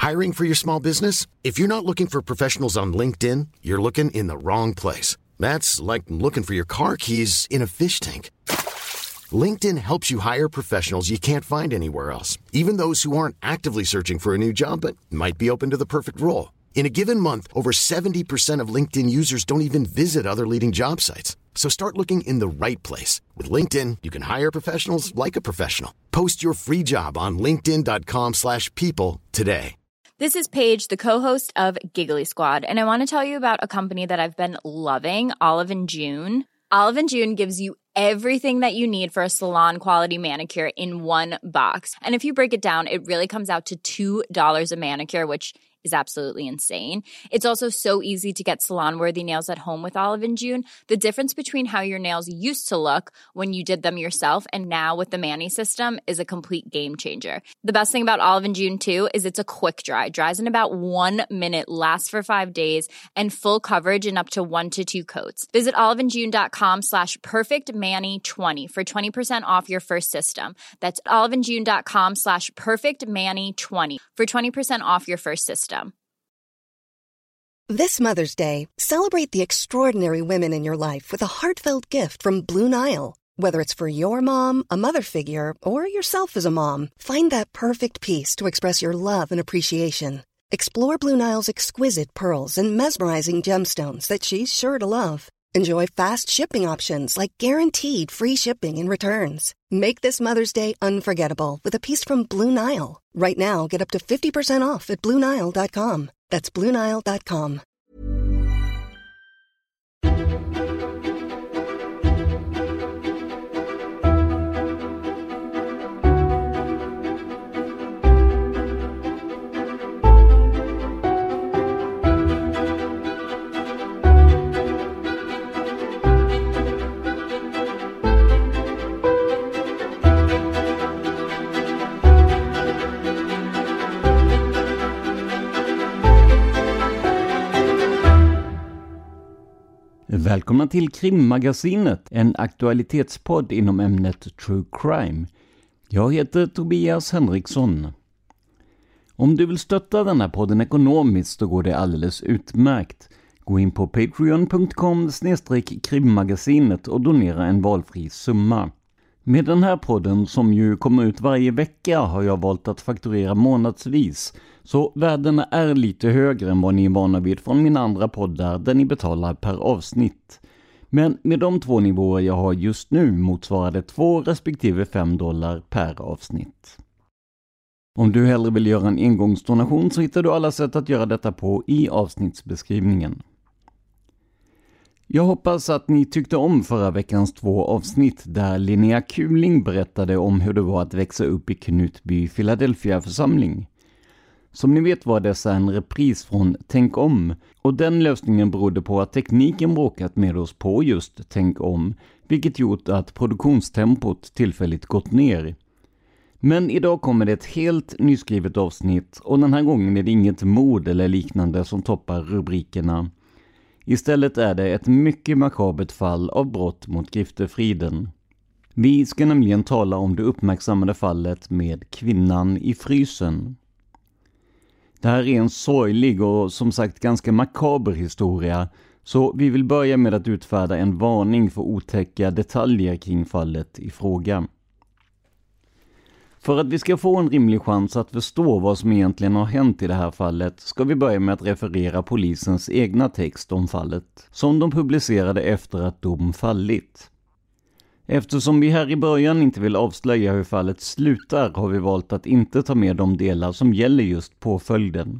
Hiring for your small business? If you're not looking for professionals on LinkedIn, you're looking in the wrong place. That's like looking for your car keys in a fish tank. LinkedIn helps you hire professionals you can't find anywhere else, even those who aren't actively searching for a new job but might be open to the perfect role. In a given month, over 70% of LinkedIn users don't even visit other leading job sites. So start looking in the right place. With LinkedIn, you can hire professionals like a professional. Post your free job on linkedin.com/people today. This is Paige, the co-host of Giggly Squad, and I want to tell you about a company that I've been loving, Olive & June. Olive & June gives you everything that you need for a salon-quality manicure in one box. And if you break it down, it really comes out to $2 a manicure, which is absolutely insane. It's also so easy to get salon-worthy nails at home with Olive & June. The difference between how your nails used to look when you did them yourself and now with the Mani system is a complete game changer. The best thing about Olive & June, too, is it's a quick dry. Dries in about 1 minute, lasts for 5 days, and full coverage in up to 1 to 2 coats. Visit oliveandjune.com/perfectmani20 for 20% off your first system. That's oliveandjune.com/perfectmani20 for 20% off your first system. This Mother's Day, celebrate the extraordinary women in your life with a heartfelt gift from Blue Nile. Whether it's for your mom, a mother figure, or yourself as a mom, find that perfect piece to express your love and appreciation. Explore Blue Nile's exquisite pearls and mesmerizing gemstones that she's sure to love. Enjoy fast shipping options like guaranteed free shipping and returns. Make this Mother's Day unforgettable with a piece from Blue Nile. Right now, get up to 50% off at BlueNile.com. That's BlueNile.com. Välkomna till Krimmagasinet, en aktualitetspodd inom ämnet True Crime. Jag heter Tobias Henriksson. Om du vill stötta den här podden ekonomiskt så går det alldeles utmärkt. Gå in på patreon.com/krimmagasinet och donera en valfri summa. Med den här podden, som ju kommer ut varje vecka, har jag valt att fakturera månadsvis. Så värdena är lite högre än vad ni är vana vid från mina andra poddar där ni betalar per avsnitt. Men med de 2 nivåer jag har just nu motsvarar det 2 respektive $5 per avsnitt. Om du hellre vill göra en engångsdonation så hittar du alla sätt att göra detta på i avsnittsbeskrivningen. Jag hoppas att ni tyckte om förra veckans 2 avsnitt där Linnea Kuling berättade om hur det var att växa upp i Knutby Philadelphia församling. Som ni vet var dessa en repris från Tänk om, och den lösningen berodde på att tekniken bråkat med oss på just Tänk om, vilket gjort att produktionstempot tillfälligt gått ner. Men idag kommer det ett helt nyskrivet avsnitt, och den här gången är det inget mord eller liknande som toppar rubrikerna. Istället är det ett mycket makabert fall av brott mot griftefriden. Vi ska nämligen tala om det uppmärksammade fallet med kvinnan i frysen. Det här är en sorglig och som sagt ganska makaber historia, så vi vill börja med att utfärda en varning för otäcka detaljer kring fallet i fråga. För att vi ska få en rimlig chans att förstå vad som egentligen har hänt i det här fallet ska vi börja med att referera polisens egna text om fallet, som de publicerade efter att dom fallit. Eftersom vi här i början inte vill avslöja hur fallet slutar har vi valt att inte ta med de delar som gäller just påföljden.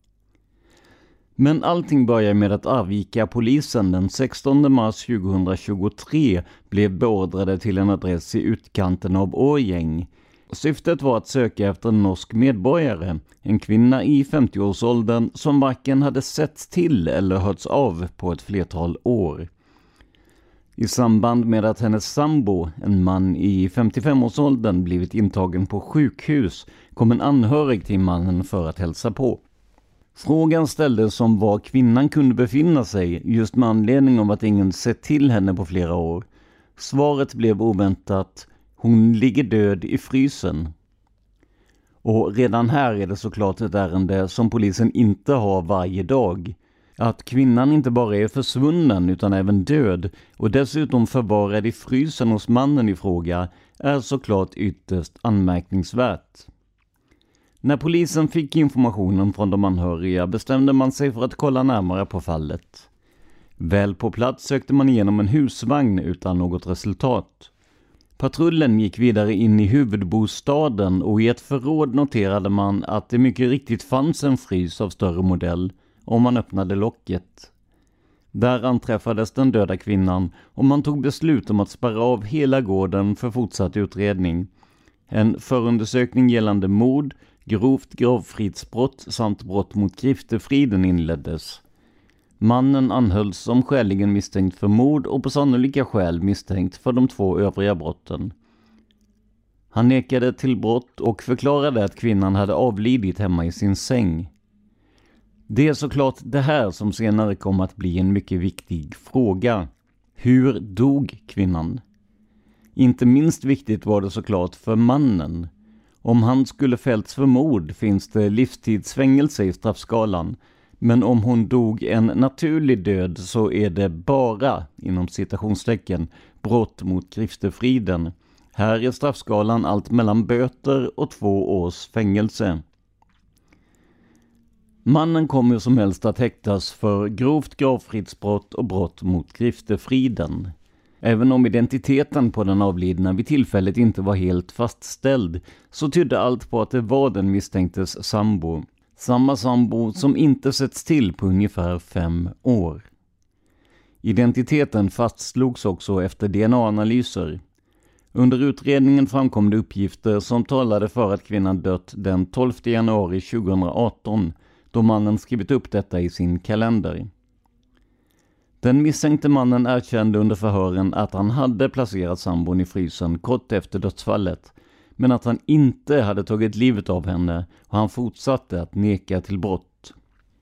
Men allting börjar med att Arvika-polisen den 16 mars 2023 blev beordrade till en adress i utkanten av Årgäng. Syftet var att söka efter en norsk medborgare, en kvinna i 50-årsåldern som varken hade setts till eller hörts av på ett flertal år. I samband med att hennes sambo, en man i 55-årsåldern, blivit intagen på sjukhus kom en anhörig till mannen för att hälsa på. Frågan ställdes om var kvinnan kunde befinna sig just med anledning av att ingen sett till henne på flera år. Svaret blev oväntat: hon ligger död i frysen. Och redan här är det såklart ett ärende som polisen inte har varje dag. Att kvinnan inte bara är försvunnen utan även död och dessutom förvarad i frysen hos mannen i fråga är såklart ytterst anmärkningsvärt. När polisen fick informationen från de anhöriga bestämde man sig för att kolla närmare på fallet. Väl på plats sökte man igenom en husvagn utan något resultat. Patrullen gick vidare in i huvudbostaden och i ett förråd noterade man att det mycket riktigt fanns en frys av större modell om man öppnade locket. Där anträffades den döda kvinnan och man tog beslut om att spärra av hela gården för fortsatt utredning. En förundersökning gällande mord, grovt gravfridsbrott samt brott mot griftefriden inleddes. Mannen anhölls som skäligen misstänkt för mord och på sannolika skäl misstänkt för de 2 övriga brotten. Han nekade till brott och förklarade att kvinnan hade avlidit hemma i sin säng. Det är såklart det här som senare kom att bli en mycket viktig fråga. Hur dog kvinnan? Inte minst viktigt var det såklart för mannen. Om han skulle fällts för mord finns det livstidsfängelse i straffskalan. Men om hon dog en naturlig död så är det bara, inom citationstecken, brott mot griftefriden. Här är straffskalan allt mellan böter och 2 års fängelse. Mannen kommer som helst att häktas för grovt gravfridsbrott och brott mot griftefriden. Även om identiteten på den avlidna vid tillfället inte var helt fastställd så tydde allt på att det var den misstänktes sambo. Samma sambo som inte setts till på ungefär 5 år. Identiteten fastslogs också efter DNA-analyser. Under utredningen framkom det uppgifter som talade för att kvinnan dött den 12 januari 2018 då mannen skrivit upp detta i sin kalender. Den misstänkte mannen erkände under förhören att han hade placerat sambon i frysen kort efter dödsfallet, men att han inte hade tagit livet av henne och han fortsatte att neka till brott.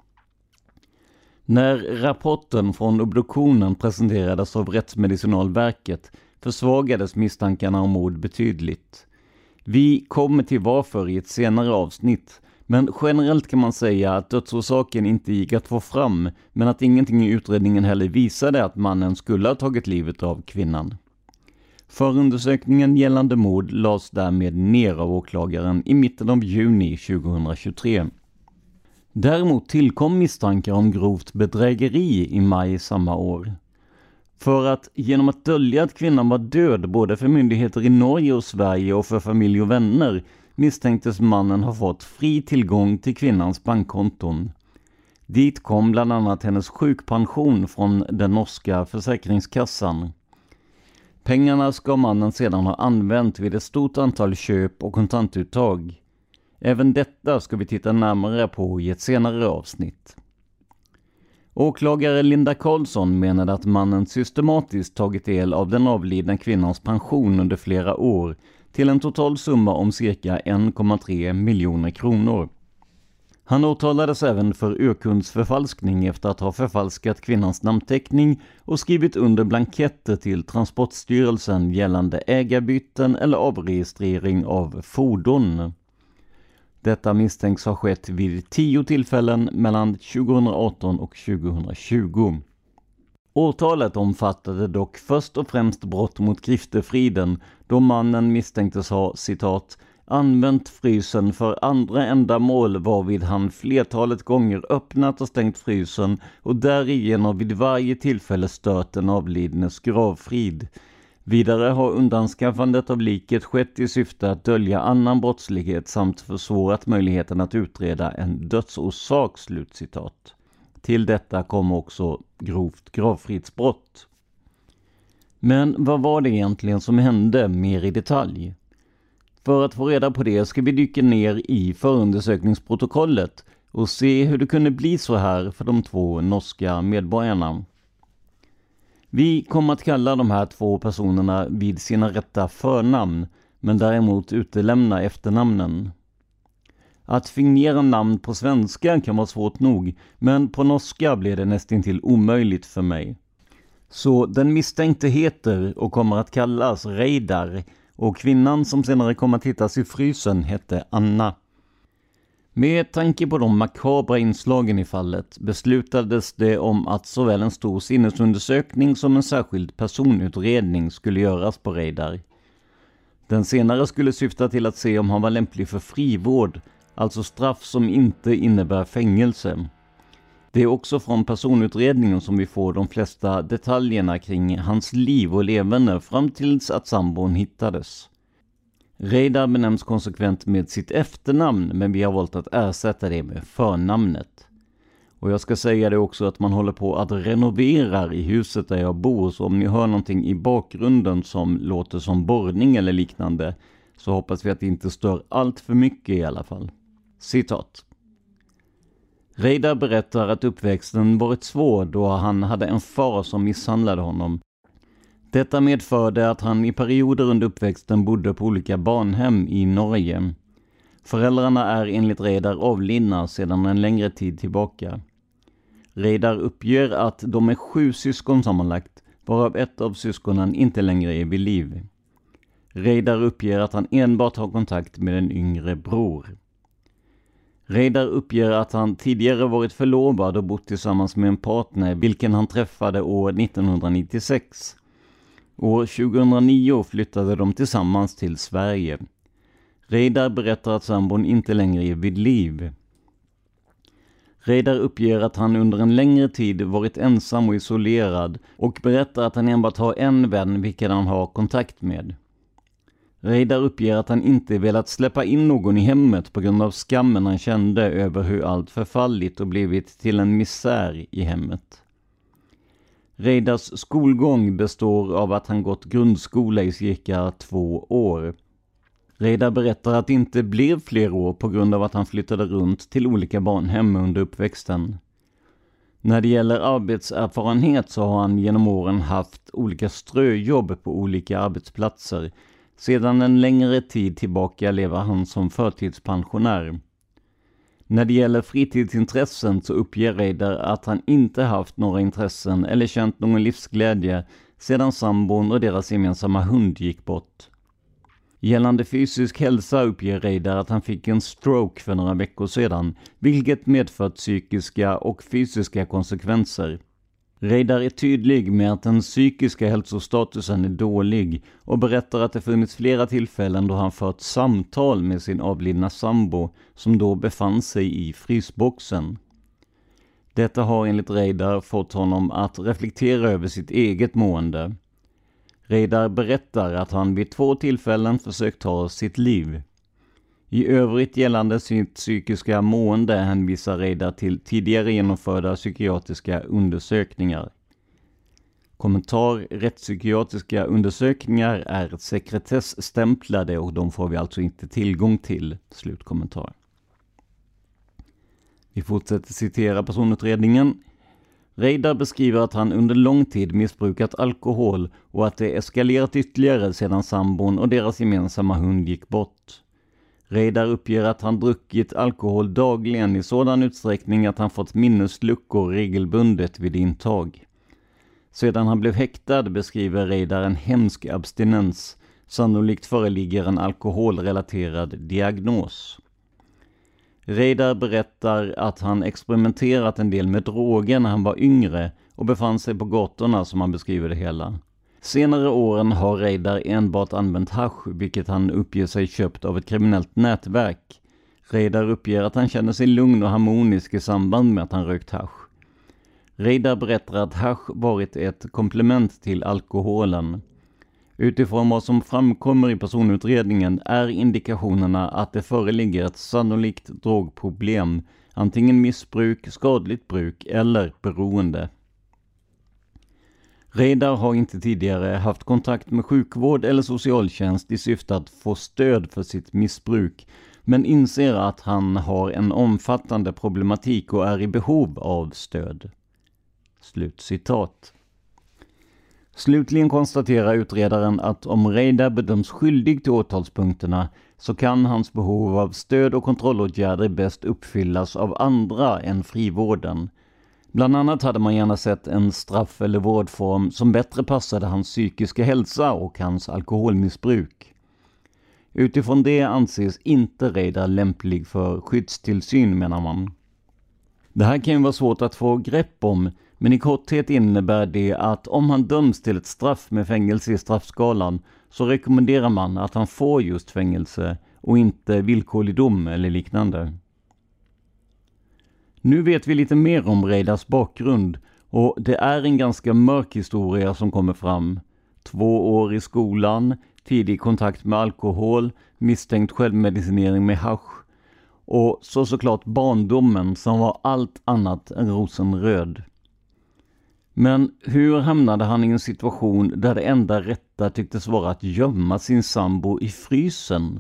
När rapporten från obduktionen presenterades av Rättsmedicinalverket försvagades misstankarna om mord betydligt. Vi kommer till varför i ett senare avsnitt, men generellt kan man säga att dödsorsaken inte gick att få fram, men att ingenting i utredningen heller visade att mannen skulle ha tagit livet av kvinnan. Förundersökningen gällande mord lades därmed ner av åklagaren i mitten av juni 2023. Däremot tillkom misstankar om grovt bedrägeri i maj samma år. För att genom att dölja att kvinnan var död både för myndigheter i Norge och Sverige och för familj och vänner misstänktes mannen ha fått fri tillgång till kvinnans bankkonton. Dit kom bland annat hennes sjukpension från den norska försäkringskassan. Pengarna ska mannen sedan ha använt vid ett stort antal köp och kontantuttag. Även detta ska vi titta närmare på i ett senare avsnitt. Åklagare Linda Karlsson menade att mannen systematiskt tagit del av den avlidna kvinnans pension under flera år till en total summa om cirka 1,3 miljoner kronor. Han åtalades även för urkundsförfalskning efter att ha förfalskat kvinnans namnteckning och skrivit under blanketter till Transportstyrelsen gällande ägarbyten eller avregistrering av fordon. Detta misstänks ha skett vid 10 tillfällen mellan 2018 och 2020. Åtalet omfattade dock först och främst brott mot griftefriden då mannen misstänktes ha, citat, använt frysen för andra ändamål varvid han flertalet gånger öppnat och stängt frysen och därigenom vid varje tillfälle stört den avlidnes gravfrid. Vidare har undanskaffandet av liket skett i syfte att dölja annan brottslighet samt försvårat möjligheten att utreda en dödsorsak, slutcitat. Till detta kom också grovt gravfridsbrott. Men vad var det egentligen som hände mer i detalj? För att få reda på det ska vi dyka ner i förundersökningsprotokollet och se hur det kunde bli så här för de 2 norska medborgarna. Vi kommer att kalla de här 2 personerna vid sina rätta förnamn, men däremot utelämna efternamnen. Att fingera namn på svenska kan vara svårt nog, men på norska blir det nästintill omöjligt för mig. Så den misstänkte heter och kommer att kallas Reidar, och kvinnan som senare kommer att hittas i frysen hette Anna. Med tanke på de makabra inslagen i fallet beslutades det om att såväl en stor sinnesundersökning som en särskild personutredning skulle göras på Reidar. Den senare skulle syfta till att se om han var lämplig för frivård, alltså straff som inte innebär fängelse. Det är också från personutredningen som vi får de flesta detaljerna kring hans liv och levande fram tills att sambon hittades. Reidar benämns konsekvent med sitt efternamn, men vi har valt att ersätta det med förnamnet. Och jag ska säga det också att man håller på att renovera i huset där jag bor, så om ni hör någonting i bakgrunden som låter som borrning eller liknande så hoppas vi att det inte stör allt för mycket i alla fall. Citat. Reidar berättar att uppväxten varit svår då han hade en far som misshandlade honom. Detta medförde att han i perioder under uppväxten bodde på olika barnhem i Norge. Föräldrarna är enligt Reidar avlidna sedan en längre tid tillbaka. Reidar uppger att de är 7 syskon sammanlagt, varav ett av syskonen inte längre är vid liv. Reidar uppger att han enbart har kontakt med en yngre bror. Reidar uppger att han tidigare varit förlovad och bott tillsammans med en partner, vilken han träffade år 1996. År 2009 flyttade de tillsammans till Sverige. Reidar berättar att sambon inte längre är vid liv. Reidar uppger att han under en längre tid varit ensam och isolerad och berättar att han enbart har en vän vilken han har kontakt med. Reidar uppger att han inte velat släppa in någon i hemmet på grund av skammen han kände över hur allt förfallit och blivit till en misär i hemmet. Reidars skolgång består av att han gått grundskola i cirka 2 år. Reidar berättar att det inte blev fler år på grund av att han flyttade runt till olika barnhem under uppväxten. När det gäller arbetserfarenhet så har han genom åren haft olika ströjobb på olika arbetsplatser. Sedan en längre tid tillbaka lever han som förtidspensionär. När det gäller fritidsintressen så uppger Reidar att han inte haft några intressen eller känt någon livsglädje sedan sambon och deras gemensamma hund gick bort. Gällande fysisk hälsa uppger Reidar att han fick en stroke för några veckor sedan, vilket medfört psykiska och fysiska konsekvenser. Reidar är tydlig med att den psykiska hälsostatusen är dålig och berättar att det funnits flera tillfällen då han fört samtal med sin avlidna sambo som då befann sig i frysboxen. Detta har enligt Reidar fått honom att reflektera över sitt eget mående. Reidar berättar att han vid 2 tillfällen försökt ta sitt liv. I övrigt gällande sitt psykiska mående hänvisar Reidar till tidigare genomförda psykiatriska undersökningar. Kommentar: rättspsykiatriska undersökningar är sekretessstämplade och de får vi alltså inte tillgång till. Slutkommentar. Vi fortsätter citera personutredningen. Reidar beskriver att han under lång tid missbrukat alkohol och att det eskalerat ytterligare sedan sambon och deras gemensamma hund gick bort. Reidar uppger att han druckit alkohol dagligen i sådan utsträckning att han fått minnesluckor regelbundet vid intag. Sedan han blev häktad beskriver Reidar en hemsk abstinens. Sannolikt föreligger en alkoholrelaterad diagnos. Reidar berättar att han experimenterat en del med droger när han var yngre och befann sig på gatorna som han beskriver det hela. Senare åren har Reidar enbart använt hasch, vilket han uppger sig köpt av ett kriminellt nätverk. Reidar uppger att han känner sig lugn och harmonisk i samband med att han rökt hasch. Reidar berättar att hasch varit ett komplement till alkoholen. Utifrån vad som framkommer i personutredningen är indikationerna att det föreligger ett sannolikt drogproblem, antingen missbruk, skadligt bruk eller beroende. Reidar har inte tidigare haft kontakt med sjukvård eller socialtjänst i syfte att få stöd för sitt missbruk, men inser att han har en omfattande problematik och är i behov av stöd. Slutcitat. Slutligen konstaterar utredaren att om Reidar bedöms skyldig till åtalspunkterna så kan hans behov av stöd och kontrollåtgärder bäst uppfyllas av andra än frivården. Bland annat hade man gärna sett en straff- eller vårdform som bättre passade hans psykiska hälsa och hans alkoholmissbruk. Utifrån det anses inte Reidar lämplig för skyddstillsyn, menar man. Det här kan ju vara svårt att få grepp om, men i korthet innebär det att om han döms till ett straff med fängelse i straffskalan så rekommenderar man att han får just fängelse och inte villkorlig dom eller liknande. Nu vet vi lite mer om Reidars bakgrund och det är en ganska mörk historia som kommer fram. 2 år i skolan, tidig kontakt med alkohol, misstänkt självmedicinering med hasch och såklart barndomen som var allt annat än rosenröd. Men hur hamnade han i en situation där det enda rätta tycktes vara att gömma sin sambo i frysen?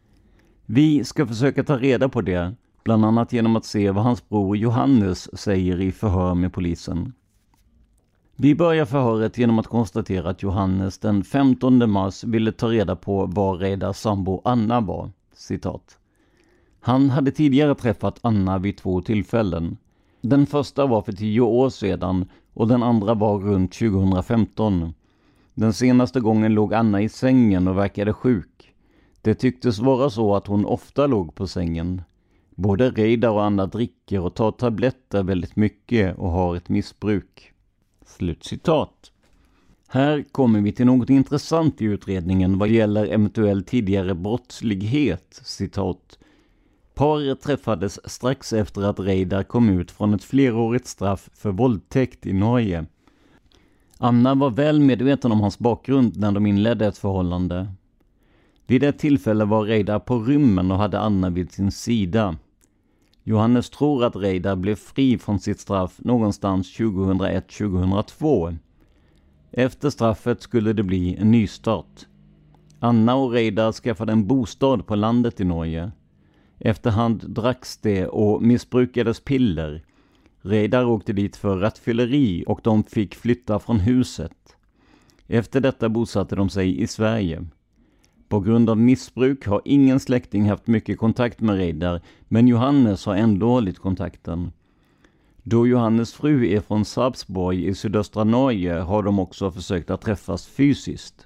Vi ska försöka ta reda på det, bland annat genom att se vad hans bror Johannes säger i förhör med polisen. Vi börjar förhöret genom att konstatera att Johannes den 15 mars ville ta reda på var Reidars sambo Anna var. Citat. Han hade tidigare träffat Anna vid 2 tillfällen. Den första var för 10 år sedan och den andra var runt 2015. Den senaste gången låg Anna i sängen och verkade sjuk. Det tycktes vara så att hon ofta låg på sängen. Både Reidar och Anna dricker och tar tabletter väldigt mycket och har ett missbruk. Slutcitat. Här kommer vi till något intressant i utredningen vad gäller eventuell tidigare brottslighet. Citat. Paret träffades strax efter att Reidar kom ut från ett flerårigt straff för våldtäkt i Norge. Anna var väl medveten om hans bakgrund när de inledde ett förhållande. Vid ett tillfälle var Reidar på rymmen och hade Anna vid sin sida. Johannes tror att Reidar blev fri från sitt straff någonstans 2001-2002. Efter straffet skulle det bli en nystart. Anna och Reidar skaffade en bostad på landet i Norge. Efterhand dracks det och missbrukades piller. Reidar åkte dit för rattfylleri och de fick flytta från huset. Efter detta bosatte de sig i Sverige. På grund av missbruk har ingen släkting haft mycket kontakt med Reidar, men Johannes har ändå hållit kontakten. Då Johannes fru är från Sarpsborg i sydöstra Norge har de också försökt att träffas fysiskt.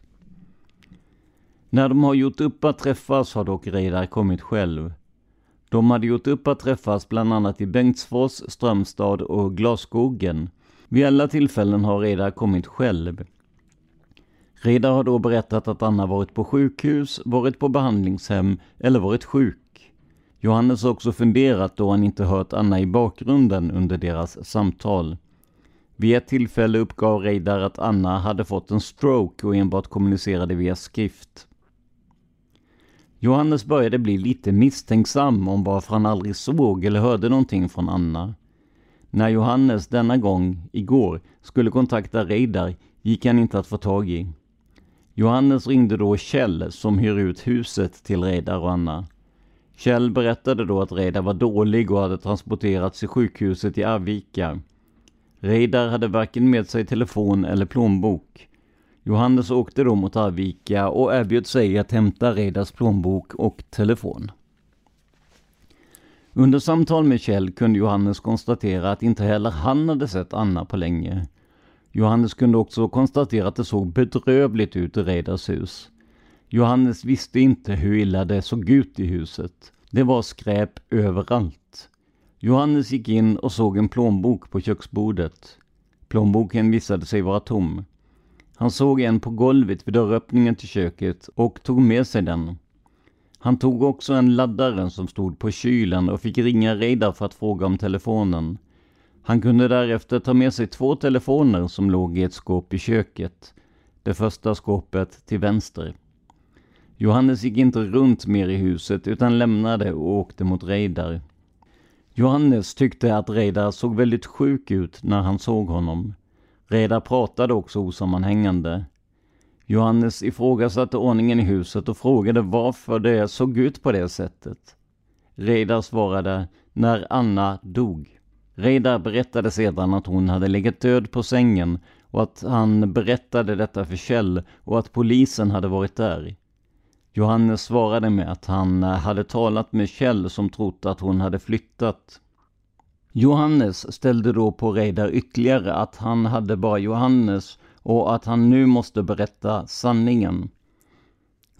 När de har gjort upp att träffas har dock Reidar kommit själv. De hade gjort upp att träffas bland annat i Bengtsfors, Strömstad och Glasskogen. Vid alla tillfällen har Reidar kommit själv. Reidar har då berättat att Anna varit på sjukhus, varit på behandlingshem eller varit sjuk. Johannes har också funderat då han inte hört Anna i bakgrunden under deras samtal. Vid ett tillfälle uppgav Reidar att Anna hade fått en stroke och enbart kommunicerade via skrift. Johannes började bli lite misstänksam om varför han aldrig såg eller hörde någonting från Anna. När Johannes denna gång, igår, skulle kontakta Reidar gick han inte att få tag i. Johannes ringde då Kjell som hyr ut huset till Reidar och Anna. Kjell berättade då att Reidar var dålig och hade transporterats till sjukhuset i Arvika. Reidar hade varken med sig telefon eller plånbok. Johannes åkte då mot Arvika och erbjöd sig att hämta Reidars plånbok och telefon. Under samtal med Kjell kunde Johannes konstatera att inte heller han hade sett Anna på länge. Johannes kunde också konstatera att det såg bedrövligt ut i Reidars hus. Johannes visste inte hur illa det såg ut i huset. Det var skräp överallt. Johannes gick in och såg en plånbok på köksbordet. Plånboken visade sig vara tom. Han såg en på golvet vid dörröppningen till köket och tog med sig den. Han tog också en laddare som stod på kylen och fick ringa Reidar för att fråga om telefonen. Han kunde därefter ta med sig 2 telefoner som låg i ett skåp i köket. Det första skåpet till vänster. Johannes gick inte runt mer i huset utan lämnade och åkte mot Reidar. Johannes tyckte att Reidar såg väldigt sjuk ut när han såg honom. Reidar pratade också osammanhängande. Johannes ifrågasatte ordningen i huset och frågade varför det såg ut på det sättet. Reidar svarade, när Anna dog. Reidar berättade sedan att hon hade legat död på sängen och att han berättade detta för Kjell och att polisen hade varit där. Johannes svarade med att han hade talat med Kjell som trott att hon hade flyttat. Johannes ställde då på Reidar ytterligare att han hade bara Johannes och att han nu måste berätta sanningen.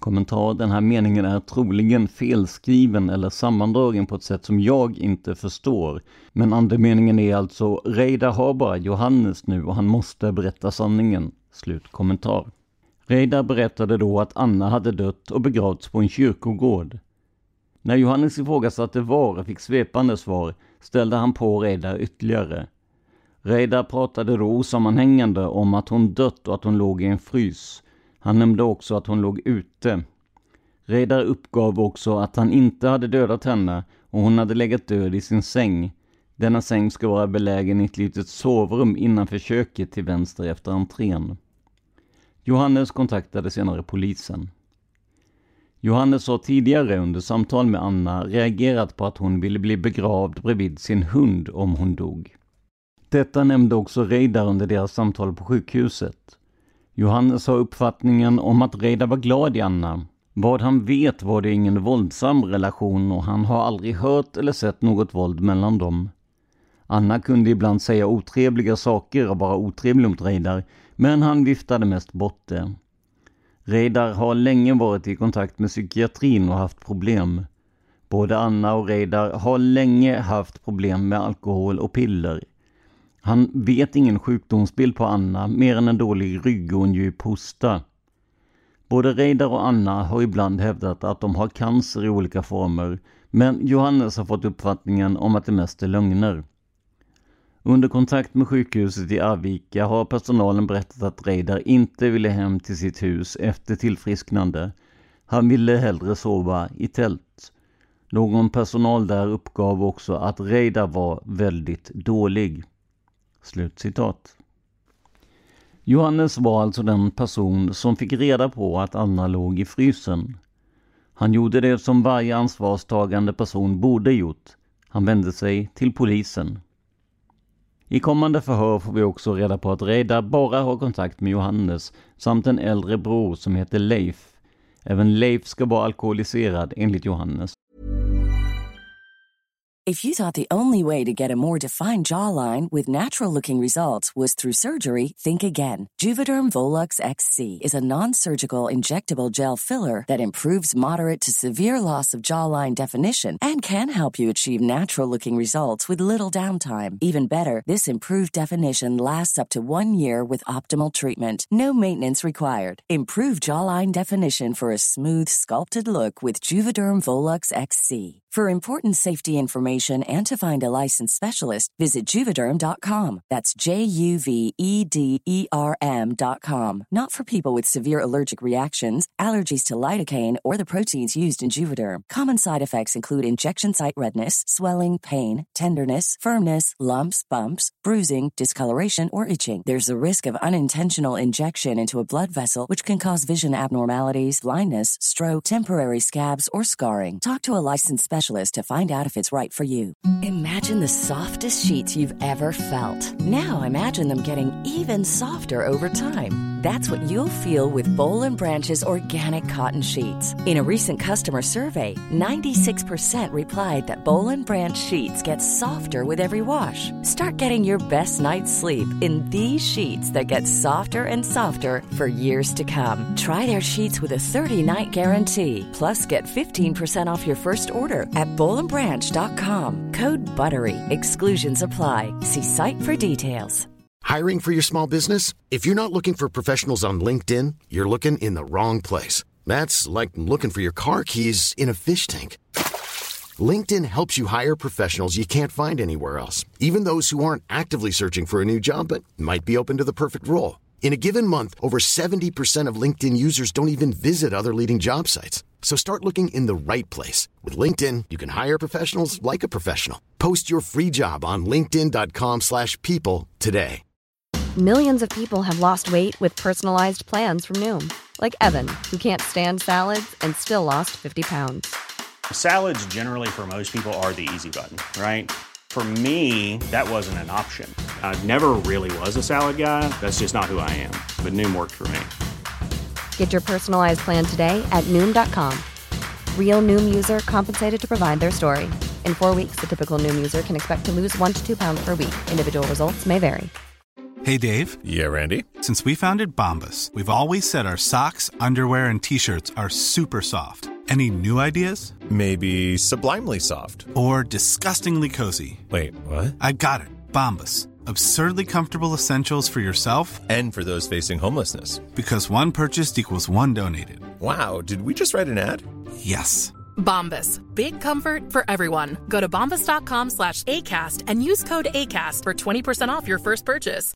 Kommentar: den här meningen är troligen felskriven eller sammandragen på ett sätt som jag inte förstår. Men andemeningen är alltså: Reidar har bara Johannes nu och han måste berätta sanningen. Slutkommentar. Reidar berättade då att Anna hade dött och begravts på en kyrkogård. När Johannes ifrågasatte var och fick svepande svar ställde han på Reidar ytterligare. Reidar pratade då osammanhängande om att hon dött och att hon låg i en frys. Han nämnde också att hon låg ute. Reidar uppgav också att han inte hade dödat henne och hon hade legat död i sin säng. Denna säng ska vara belägen i ett litet sovrum innanför köket till vänster efter entrén. Johannes kontaktade senare polisen. Johannes har tidigare under samtal med Anna reagerat på att hon ville bli begravd bredvid sin hund om hon dog. Detta nämnde också Reidar under deras samtal på sjukhuset. Johannes har uppfattningen om att Reidar var glad i Anna. Vad han vet var det ingen våldsam relation och han har aldrig hört eller sett något våld mellan dem. Anna kunde ibland säga otrevliga saker och vara otrevlig mot Reidar, men han viftade mest bort det. Reidar har länge varit i kontakt med psykiatrin och haft problem. Både Anna och Reidar har länge haft problem med alkohol och piller. Han vet ingen sjukdomsbild på Anna mer än en dålig rygg och en djup hosta. Både Reidar och Anna har ibland hävdat att de har cancer i olika former, men Johannes har fått uppfattningen om att det mest är lögner. Under kontakt med sjukhuset i Arvika har personalen berättat att Reidar inte ville hem till sitt hus efter tillfrisknande. Han ville hellre sova i tält. Någon personal där uppgav också att Reidar var väldigt dålig. Slutcitat. Johannes var alltså den person som fick reda på att Anna låg i frysen. Han gjorde det som varje ansvarstagande person borde gjort. Han vände sig till polisen. I kommande förhör får vi också reda på att Reidar bara har kontakt med Johannes samt en äldre bror som heter Leif. Även Leif ska vara alkoholiserad enligt Johannes. If you thought the only way to get a more defined jawline with natural-looking results was through surgery, think again. Juvederm Volux XC is a non-surgical injectable gel filler that improves moderate to severe loss of jawline definition and can help you achieve natural-looking results with little downtime. Even better, this improved definition lasts up to 1 year with optimal treatment. No maintenance required. Improve jawline definition for a smooth, sculpted look with Juvederm Volux XC. For important safety information and to find a licensed specialist, visit Juvederm.com. That's Juvederm.com. Not for people with severe allergic reactions, allergies to lidocaine, or the proteins used in Juvederm. Common side effects include injection site redness, swelling, pain, tenderness, firmness, lumps, bumps, bruising, discoloration, or itching. There's a risk of unintentional injection into a blood vessel, which can cause vision abnormalities, blindness, stroke, temporary scabs, or scarring. Talk to a licensed specialist to find out if it's right for you. Imagine the softest sheets you've ever felt. Now imagine them getting even softer over time. That's what you'll feel with Boll & Branch's organic cotton sheets. In a recent customer survey, 96% replied that Boll & Branch sheets get softer with every wash. Start getting your best night's sleep in these sheets that get softer and softer for years to come. Try their sheets with a 30-night guarantee. Plus, get 15% off your first order at BollandBranch.com. Code BUTTERY. Exclusions apply. See site for details. Hiring for your small business? If you're not looking for professionals on LinkedIn, you're looking in the wrong place. That's like looking for your car keys in a fish tank. LinkedIn helps you hire professionals you can't find anywhere else, even those who aren't actively searching for a new job but might be open to the perfect role. In a given month, over 70% of LinkedIn users don't even visit other leading job sites. So start looking in the right place. With LinkedIn, you can hire professionals like a professional. Post your free job on linkedin.com/people today. Millions of people have lost weight with personalized plans from Noom. Like Evan, who can't stand salads and still lost 50 pounds. Salads generally for most people are the easy button, right? For me, that wasn't an option. I never really was a salad guy. That's just not who I am. But Noom worked for me. Get your personalized plan today at Noom.com. Real Noom user compensated to provide their story. In 4 weeks, the typical Noom user can expect to lose 1 to 2 pounds per week. Individual results may vary. Hey, Dave. Yeah, Randy. Since we founded Bombas, we've always said our socks, underwear, and T-shirts are super soft. Any new ideas? Maybe sublimely soft. Or disgustingly cozy. Wait, what? I got it. Bombas. Absurdly comfortable essentials for yourself and for those facing homelessness. Because one purchased equals one donated. Wow, did we just write an ad? Yes. Bombas. Big comfort for everyone. Go to bombas.com/ACAST and use code ACAST for 20% off your first purchase.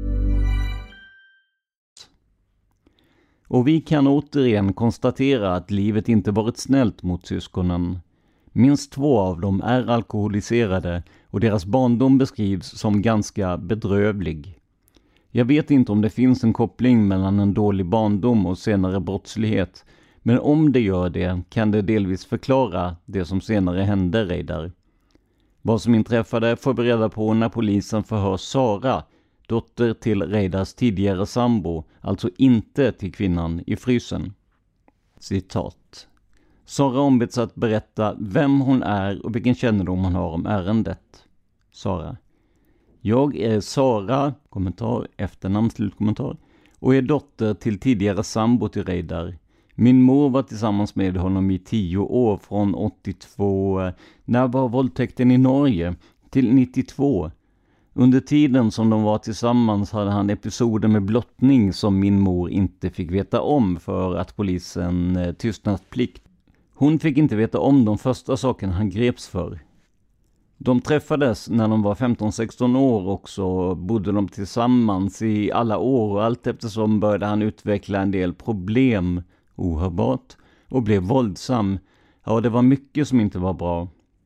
Och vi kan återigen konstatera att livet inte varit snällt mot syskonen. Minst 2 av dem är alkoholiserade och deras barndom beskrivs som ganska bedrövlig. Jag vet inte om det finns en koppling mellan en dålig barndom och senare brottslighet, men om det gör det kan det delvis förklara det som senare hände Reidar. Vad som inträffade får vi reda på när polisen förhör Sara, dotter till Reidars tidigare sambo, alltså inte till kvinnan i frysen. Citat. Sara ombeds att berätta vem hon är och vilken kännedom hon har om ärendet. Sara. Jag är Sara, kommentar, efternamn, slutkommentar, och är dotter till tidigare sambo till Reidar. Min mor var tillsammans med honom i 10 år från 82, när var våldtäkten i Norge, till 92. Under tiden som de var tillsammans hade han episoder med blottning som min mor inte fick veta om för att polisen tystnadsplikt. Hon fick inte veta om de första sakerna han greps för. De träffades när de var 15-16 år och så bodde de tillsammans i alla år och allt eftersom började han utveckla en del problem ohörbart och blev våldsam. Ja, det var mycket som inte var bra.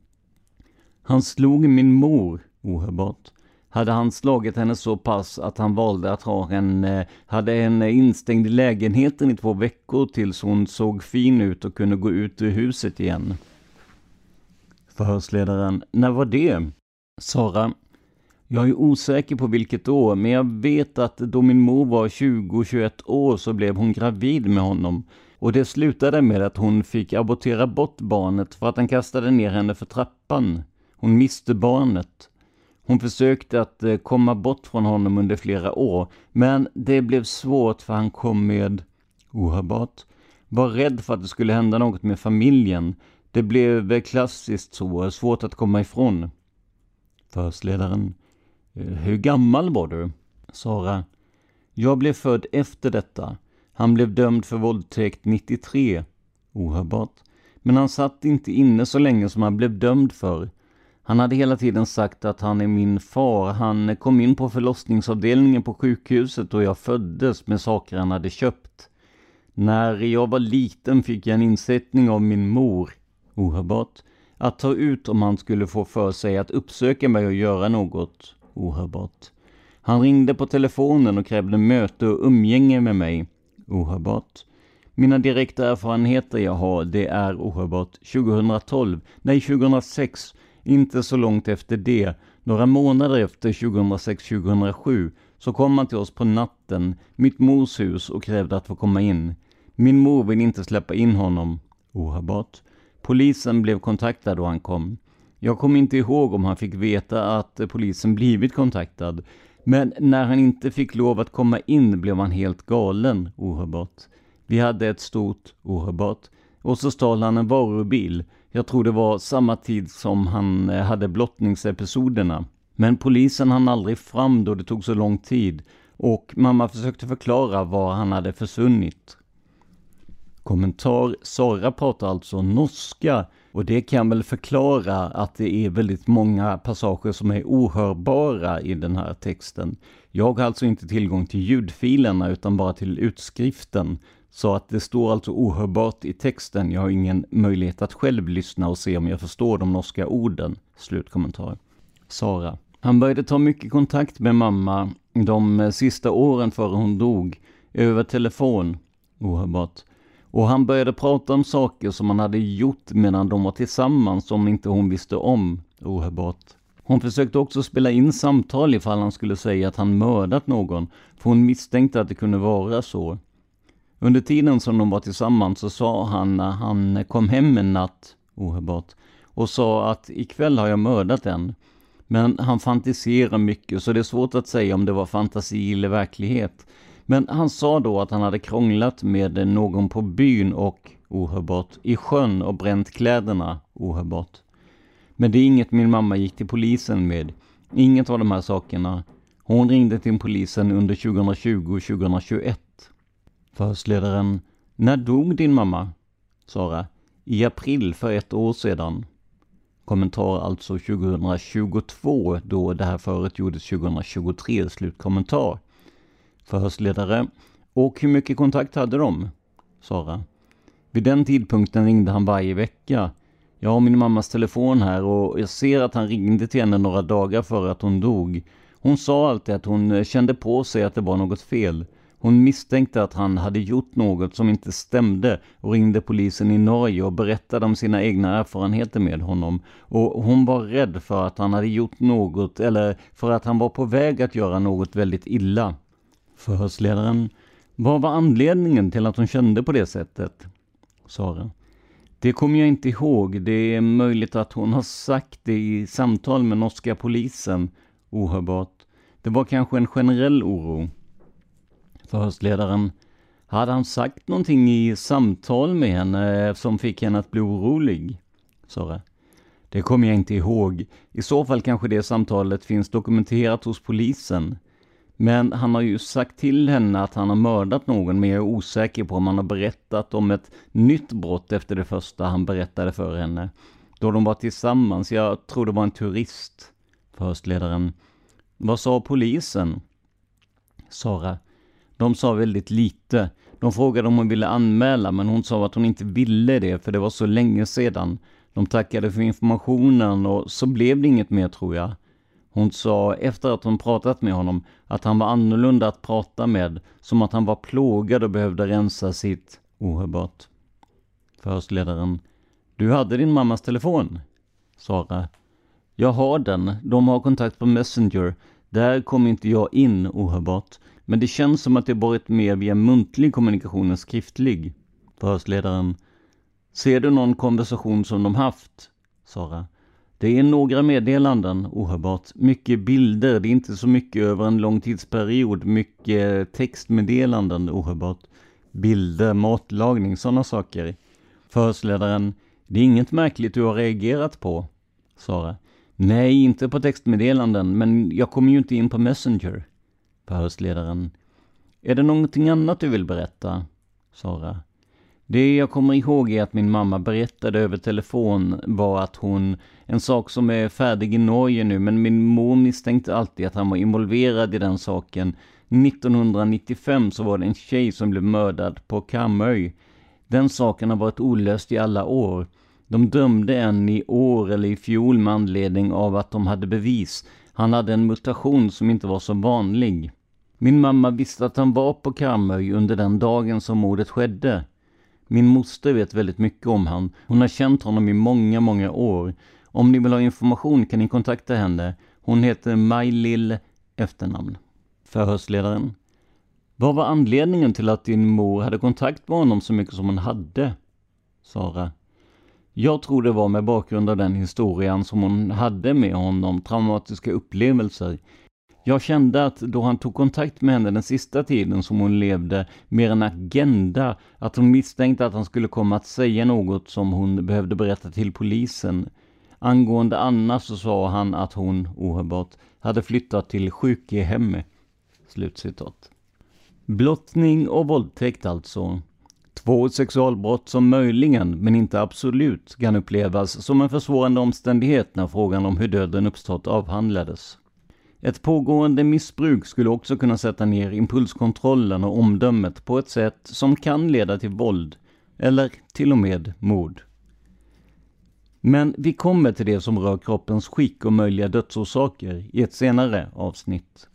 Han slog min mor ohörbart. Hade han slagit henne så pass att han valde att hade henne instängd i lägenheten i 2 veckor tills hon såg fin ut och kunde gå ut ur huset igen. Förhörsledaren, när var det? Sara, jag är osäker på vilket år, men jag vet att då min mor var 20-21 år så blev hon gravid med honom. Och det slutade med att hon fick abortera bort barnet för att han kastade ner henne för trappan. Hon miste barnet. Hon försökte att komma bort från honom under flera år, men det blev svårt för han kom med ohörbart. Var rädd för att det skulle hända något med familjen. Det blev klassiskt så svårt att komma ifrån. Förhörsledaren. Hur gammal var du? Sara. Jag blev född efter detta. Han blev dömd för våldtäkt 93. Ohörbart. Men han satt inte inne så länge som han blev dömd för. Han hade hela tiden sagt att han är min far. Han kom in på förlossningsavdelningen på sjukhuset och jag föddes med saker han hade köpt. När jag var liten fick jag en insättning av min mor. Ohörbart. Att ta ut om han skulle få för sig att uppsöka mig och göra något. Ohörbart. Han ringde på telefonen och krävde möte och umgänge med mig. Ohörbart. Mina direkta erfarenheter jag har, det är ohörbart 2006. Inte så långt efter det, några månader efter 2006-2007, så kom han till oss på natten, mitt mors hus, och krävde att få komma in. Min mor vill inte släppa in honom. Ohörbart. Polisen blev kontaktad då han kom. Jag kommer inte ihåg om han fick veta att polisen blivit kontaktad. Men när han inte fick lov att komma in blev han helt galen. Ohörbart. Vi hade ett stort ohörbart. Och så stal han en varubil. Jag tror det var samma tid som han hade blottningsepisoderna. Men polisen hann aldrig fram då det tog så lång tid. Och mamma försökte förklara var han hade försvunnit. Kommentar. Sara pratar alltså norska. Och det kan väl förklara att det är väldigt många passager som är ohörbara i den här texten. Jag har alltså inte tillgång till ljudfilerna utan bara till utskriften. Så att det står alltså ohörbart i texten. Jag har ingen möjlighet att själv lyssna och se om jag förstår de norska orden. Slutkommentar. Sara. Han började ta mycket kontakt med mamma de sista åren före hon dog. Över telefon. Ohörbart. Och han började prata om saker som han hade gjort medan de var tillsammans som inte hon visste om. Ohörbart. Hon försökte också spela in samtal ifall han skulle säga att han mördat någon. För hon misstänkte att det kunde vara så. Under tiden som de var tillsammans så sa han när han kom hem en natt, ohörbart, och sa att ikväll har jag mördat en. Men han fantiserar mycket så det är svårt att säga om det var fantasi eller verklighet. Men han sa då att han hade krånglat med någon på byn och, ohörbart, i sjön och bränt kläderna, ohörbart. Men det är inget min mamma gick till polisen med. Inget av de här sakerna. Hon ringde till polisen under 2020 och 2021. Förhörsledaren: när dog din mamma? Sara: i april för 1 år sedan. Kommentar alltså 2022 då det här förut gjordes 2023, slutkommentar. Förhörsledare: och hur mycket kontakt hade de? Sara: vid den tidpunkten ringde han varje vecka. Jag har min mammas telefon här och jag ser att han ringde till henne några dagar före att hon dog. Hon sa alltid att hon kände på sig att det var något fel. Hon misstänkte att han hade gjort något som inte stämde och ringde polisen i Norge och berättade om sina egna erfarenheter med honom. Och hon var rädd för att han hade gjort något eller för att han var på väg att göra något väldigt illa. Förhörsledaren: vad var anledningen till att hon kände på det sättet? Sara: det kommer jag inte ihåg. Det är möjligt att hon har sagt det i samtal med norska polisen. Ohörbart: det var kanske en generell oro. Förhörsledaren: hade han sagt någonting i samtal med henne som fick henne att bli orolig? Sara: det kommer jag inte ihåg. I så fall kanske det samtalet finns dokumenterat hos polisen. Men han har ju sagt till henne att han har mördat någon, men jag är osäker på om han har berättat om ett nytt brott efter det första han berättade för henne. Då de var tillsammans, jag tror det var en turist. Förhörsledaren: vad sa polisen? Sara: de sa väldigt lite. De frågade om hon ville anmäla, men hon sa att hon inte ville det för det var så länge sedan. De tackade för informationen och så blev det inget mer, tror jag. Hon sa efter att hon pratat med honom att han var annorlunda att prata med, som att han var plågad och behövde rensa sitt. Ohörbart. Förhörsledaren: du hade din mammas telefon? Sara: jag har den. De har kontakt på Messenger. Där kom inte jag in. Ohörbart. Men det känns som att det varit mer via muntlig kommunikation än skriftlig. Förhörsledaren: ser du någon konversation som de haft? Sara: det är några meddelanden. Ohörbart. Mycket bilder. Det är inte så mycket över en lång tidsperiod. Mycket textmeddelanden. Ohörbart. Bilder, matlagning, sådana saker. Förhörsledaren: det är inget märkligt du har reagerat på. Sara: nej, inte på textmeddelanden, men jag kommer ju inte in på Messenger. Förhörsledaren: är det någonting annat du vill berätta? Sara: det jag kommer ihåg är att min mamma berättade över telefon var att en sak som är färdig i Norge nu, men min mor misstänkte alltid att han var involverad i den saken. 1995 så var det en tjej som blev mördad på Karmøy. Den saken har varit olöst i alla år. De dömde en i år eller i fjol med anledning av att de hade bevis. Han hade en mutation som inte var så vanlig. Min mamma visste att han var på Karmøy under den dagen som mordet skedde. Min moster vet väldigt mycket om han. Hon har känt honom i många, många år. Om ni vill ha information kan ni kontakta henne. Hon heter Maj-Lill efternamn. Förhörsledaren: vad var anledningen till att din mor hade kontakt med honom så mycket som hon hade? Sara: jag tror det var med bakgrund av den historien som hon hade med honom, traumatiska upplevelser. Jag kände att då han tog kontakt med henne den sista tiden som hon levde, mer en agenda, att hon misstänkte att han skulle komma att säga något som hon behövde berätta till polisen. Angående Anna så sa han att hon, ohörbart, hade flyttat till sjukhem. Slutcitat. Blottning och våldtäkt alltså. 2 sexualbrott som möjligen, men inte absolut, kan upplevas som en försvårande omständighet när frågan om hur döden uppstått avhandlades. Ett pågående missbruk skulle också kunna sätta ner impulskontrollen och omdömet på ett sätt som kan leda till våld, eller till och med mord. Men vi kommer till det som rör kroppens skick och möjliga dödsorsaker i ett senare avsnitt.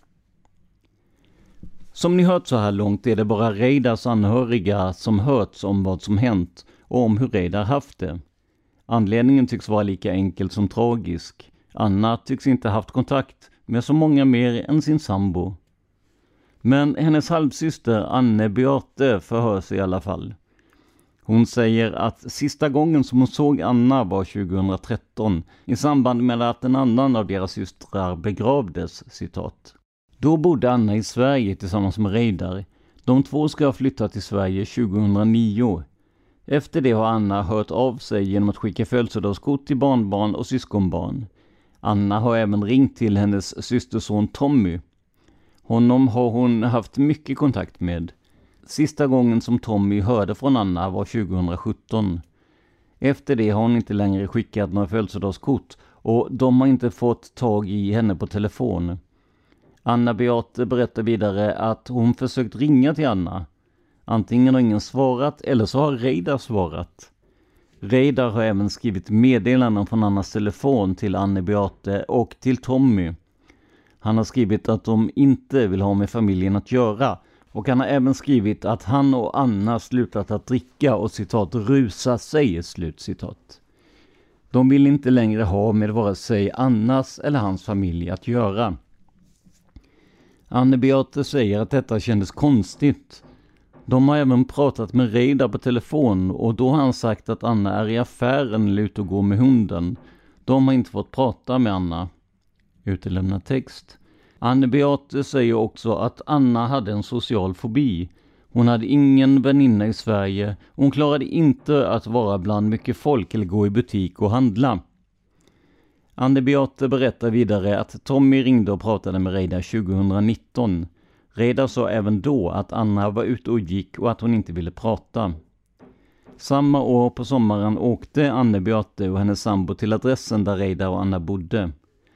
Som ni hört så här långt är det bara Reidars anhöriga som hörts om vad som hänt och om hur Reidar haft det. Anledningen tycks vara lika enkel som tragisk. Anna tycks inte haft kontakt med så många mer än sin sambo. Men hennes halvsyster Anne Beate förhörs i alla fall. Hon säger att sista gången som hon såg Anna var 2013 i samband med att en annan av deras systrar begravdes, citat. Då bodde Anna i Sverige tillsammans med Reidar. De två ska ha flyttat till Sverige 2009. Efter det har Anna hört av sig genom att skicka födelsedagskort till barnbarn och syskonbarn. Anna har även ringt till hennes systerson Tommy. Honom har hon haft mycket kontakt med. Sista gången som Tommy hörde från Anna var 2017. Efter det har hon inte längre skickat några födelsedagskort och de har inte fått tag i henne på telefon. Anna Beate berättar vidare att hon försökt ringa till Anna. Antingen har ingen svarat eller så har Reidar svarat. Reidar har även skrivit meddelanden från Annas telefon till Anna Beate och till Tommy. Han har skrivit att de inte vill ha med familjen att göra. Och han har även skrivit att han och Anna slutat att dricka och citat rusa sig, slutcitat. De vill inte längre ha med vare sig Annas eller hans familj att göra. Anna Beate säger att detta kändes konstigt. De har även pratat med Reidar på telefon och då har han sagt att Anna är i affären eller ute och går med hunden. De har inte fått prata med Anna. Utelämnad text. Anna Beate säger också att Anna hade en social fobi. Hon hade ingen väninna i Sverige och hon klarade inte att vara bland mycket folk eller gå i butik och handla. Anna Beate berättar vidare att Tommy ringde och pratade med Reidar 2019. Reidar sa även då att Anna var ute och gick och att hon inte ville prata. Samma år på sommaren åkte Anna Beate och hennes sambo till adressen där Reidar och Anna bodde.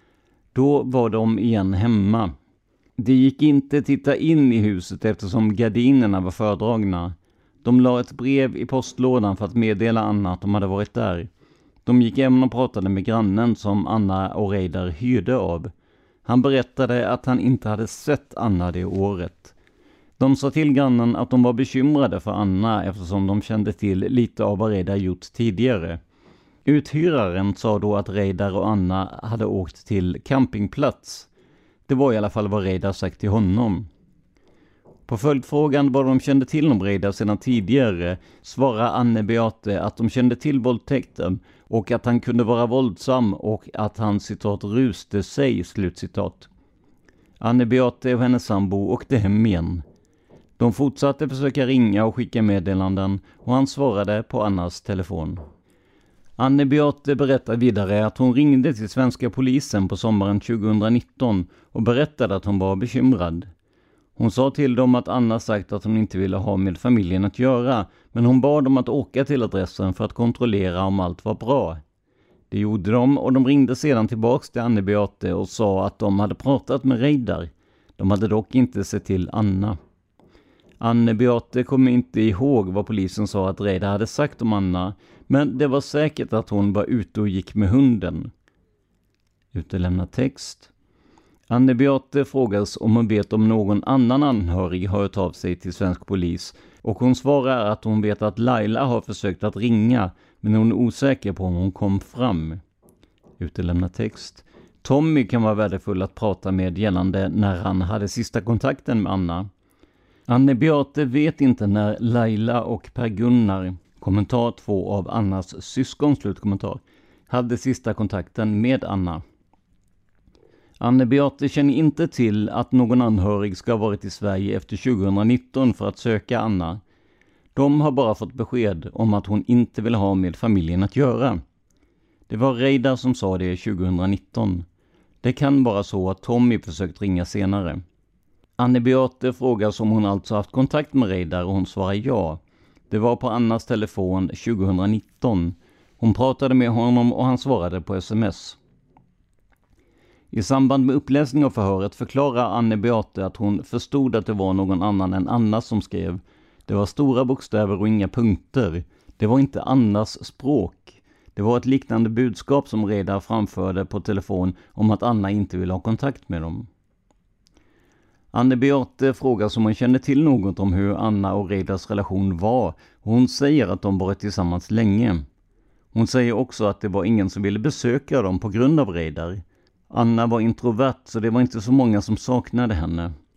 Då var de igen hemma. De gick inte titta in i huset eftersom gardinerna var fördragna. De la ett brev i postlådan för att meddela Anna att de hade varit där. De gick även och pratade med grannen som Anna och Reidar hyrde av. Han berättade att han inte hade sett Anna det året. De sa till grannen att de var bekymrade för Anna eftersom de kände till lite av vad Reidar gjort tidigare. Uthyraren sa då att Reidar och Anna hade åkt till campingplats. Det var i alla fall vad Reidar sagt till honom. På följdfrågan vad de kände till om Reidar sedan tidigare svarade Anna Beate att de kände till våldtäkten och att han kunde vara våldsam och att han citat ruste sig, slutcitat. Anna Beate och hennes sambo åkte hem igen. De fortsatte försöka ringa och skicka meddelanden och han svarade på Annas telefon. Anna Beate berättar vidare att hon ringde till svenska polisen på sommaren 2019 och berättade att hon var bekymrad. Hon sa till dem att Anna sagt att hon inte ville ha med familjen att göra, men hon bad dem att åka till adressen för att kontrollera om allt var bra. Det gjorde de och de ringde sedan tillbaks till Anna Beate och sa att de hade pratat med Reidar. De hade dock inte sett till Anna. Anna Beate kom inte ihåg vad polisen sa att Reidar hade sagt om Anna, men det var säkert att hon var ute och gick med hunden. Utelämnad text. Anna Beate frågas om hon vet om någon annan anhörig har hört av sig till svensk polis och hon svarar att hon vet att Laila har försökt att ringa men hon är osäker på om hon kom fram. Utelämnad text. Tommy kan vara värdefull att prata med gällande när han hade sista kontakten med Anna. Anna Beate vet inte när Laila och Per-Gunnar, kommentar 2 av Annas syskon, slutkommentar, hade sista kontakten med Anna. Anna Beate känner inte till att någon anhörig ska ha varit i Sverige efter 2019 för att söka Anna. De har bara fått besked om att hon inte vill ha med familjen att göra. Det var Reidar som sa det 2019. Det kan vara så att Tommy försökt ringa senare. Anna Beate frågas om hon alltså haft kontakt med Reidar och hon svarar ja. Det var på Annas telefon 2019. Hon pratade med honom och han svarade på sms. I samband med uppläsning av förhöret förklarar Anna Beate att hon förstod att det var någon annan än Anna som skrev. Det var stora bokstäver och inga punkter. Det var inte Annas språk. Det var ett liknande budskap som Reidar framförde på telefon om att Anna inte ville ha kontakt med dem. Anna Beate frågar om hon kände till något om hur Anna och Reidars relation var. Hon säger att de varit tillsammans länge. Hon säger också att det var ingen som ville besöka dem på grund av Reidar. Anna var introvert så det var inte så många som saknade henne.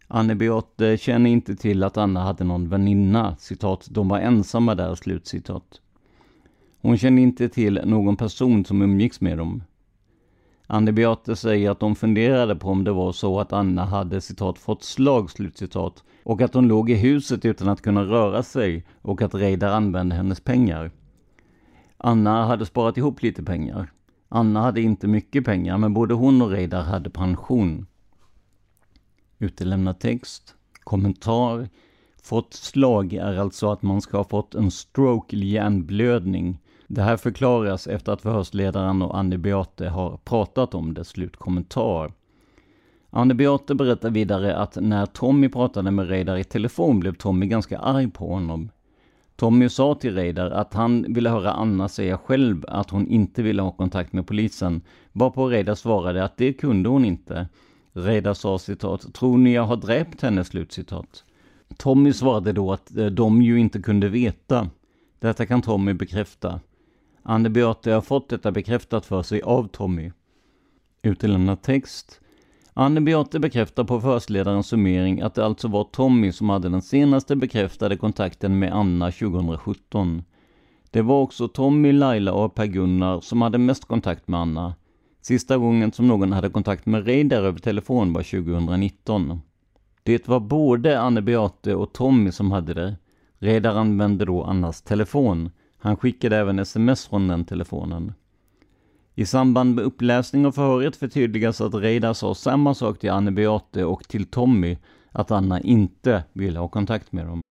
Anne Beate känner inte till att Anna hade någon väninna, citat, de var ensamma där, slutcitat. Hon kände inte till någon person som umgicks med dem. Anne Beate säger att de funderade på om det var så att Anna hade, citat, fått slag, slutcitat, och att hon låg i huset utan att kunna röra sig och att Reidar använde hennes pengar. Anna hade sparat ihop lite pengar. Anna hade inte mycket pengar, men både hon och Reidar hade pension. Utelämnad text. Kommentar. Fått slag är alltså att man ska ha fått en stroke eller hjärnblödning. Det här förklaras efter att förhörsledaren och Anne Beate har pratat om det, slutkommentar. Anne Beate berättar vidare att när Tommy pratade med Reidar i telefon blev Tommy ganska arg på honom. Tommy sa till Reidar att han ville höra Anna säga själv att hon inte ville ha kontakt med polisen, varpå Reidar svarade att det kunde hon inte. Reidar sa, citat, tror ni jag har dräpt henne, slutcitat. Tommy svarade då att de ju inte kunde veta. Detta kan Tommy bekräfta. Anne Beate har fått detta bekräftat för sig av Tommy. Utelämnad text. Anne Beate bekräftar på förhörsledarens summering att det alltså var Tommy som hade den senaste bekräftade kontakten med Anna 2017. Det var också Tommy, Laila och Per-Gunnar som hade mest kontakt med Anna. Sista gången som någon hade kontakt med Reidar över telefon var 2019. Det var både Anne Beate och Tommy som hade det. Reidar använde då Annas telefon. Han skickade även sms från den telefonen. I samband med uppläsning av förhöret förtydligas att Reidar sa samma sak till Anne Beate och till Tommy, att Anna inte ville ha kontakt med dem.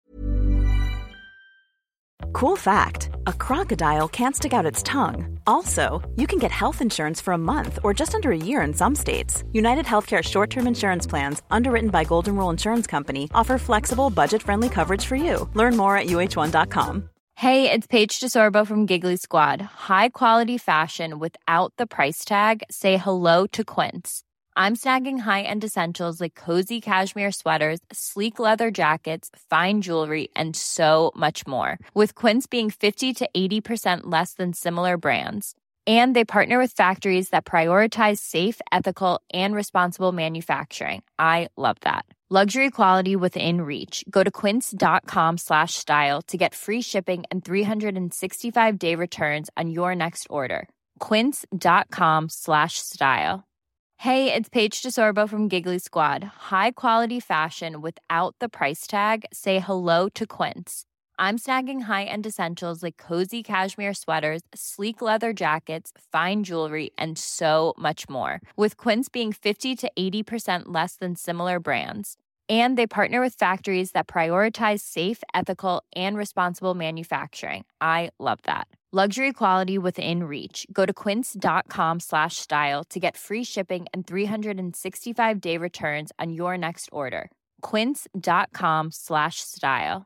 Cool fact, a crocodile can't stick out its tongue. Also, you can get health insurance for a month or just under a year in some states. United Healthcare short-term insurance plans, underwritten by Golden Rule Insurance Company, offer flexible, budget-friendly coverage for you. Learn more at uh1.com. Hey, it's Paige DeSorbo from Giggly Squad. High quality fashion without the price tag. Say hello to Quince. I'm snagging high-end essentials like cozy cashmere sweaters, sleek leather jackets, fine jewelry, and so much more. With Quince being 50 to 80% less than similar brands. And they partner with factories that prioritize safe, ethical, and responsible manufacturing. I love that. Luxury quality within reach. Go to quince.com/style to get free shipping and 365-day returns on your next order. Quince.com/style. Hey, it's Paige DeSorbo from Giggly Squad. High quality fashion without the price tag. Say hello to Quince. I'm snagging high-end essentials like cozy cashmere sweaters, sleek leather jackets, fine jewelry, and so much more. With Quince being 50 to 80% less than similar brands. And they partner with factories that prioritize safe, ethical, and responsible manufacturing. I love that. Luxury quality within reach. Go to quince.com/style to get free shipping and 365-day returns on your next order. Quince.com/style.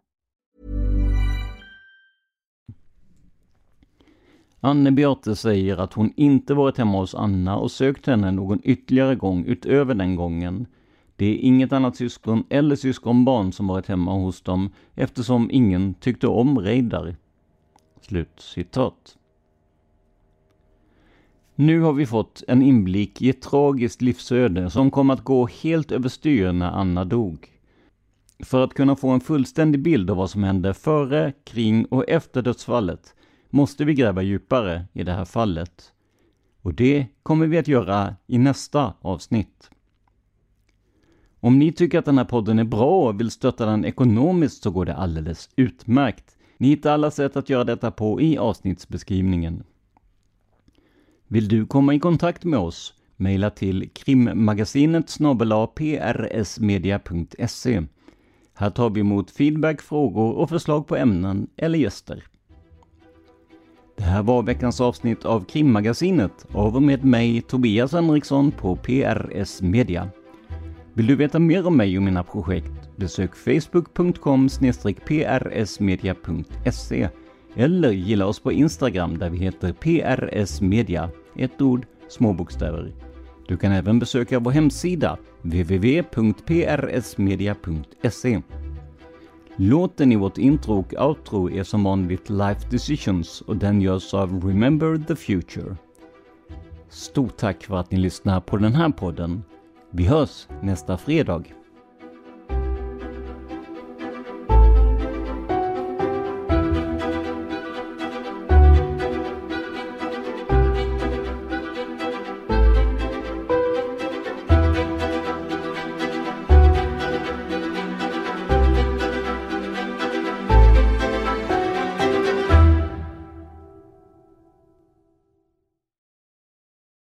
Anne Beate säger att hon inte varit hemma hos Anna och sökt henne någon ytterligare gång utöver den gången. Det är inget annat syskon eller syskonbarn som varit hemma hos dem eftersom ingen tyckte om Reidar. Slutcitat. Nu har vi fått en inblick i ett tragiskt livsöde som kom att gå helt överstyr när Anna dog. För att kunna få en fullständig bild av vad som hände före, kring och efter dödsfallet måste vi gräva djupare i det här fallet. Och det kommer vi att göra i nästa avsnitt. Om ni tycker att den här podden är bra och vill stötta den ekonomiskt så går det alldeles utmärkt. Ni hittar alla sätt att göra detta på i avsnittsbeskrivningen. Vill du komma i kontakt med oss? Maila till krimmagasinet@prsmedia.se. Här tar vi emot feedback, frågor och förslag på ämnen eller gäster. Det här var veckans avsnitt av Krimmagasinet av och med mig Tobias Henriksson på PRS Media. Vill du veta mer om mig och mina projekt? Besök facebook.com/prsmedia.se eller gilla oss på Instagram där vi heter PRS Media, ett ord, små bokstäver. Du kan även besöka vår hemsida www.prsmedia.se. Låten i vårt intro och outro är som vanligt Life Decisions och den görs av Remember the Future. Stort tack för att ni lyssnar på den här podden. Vi hörs nästa fredag.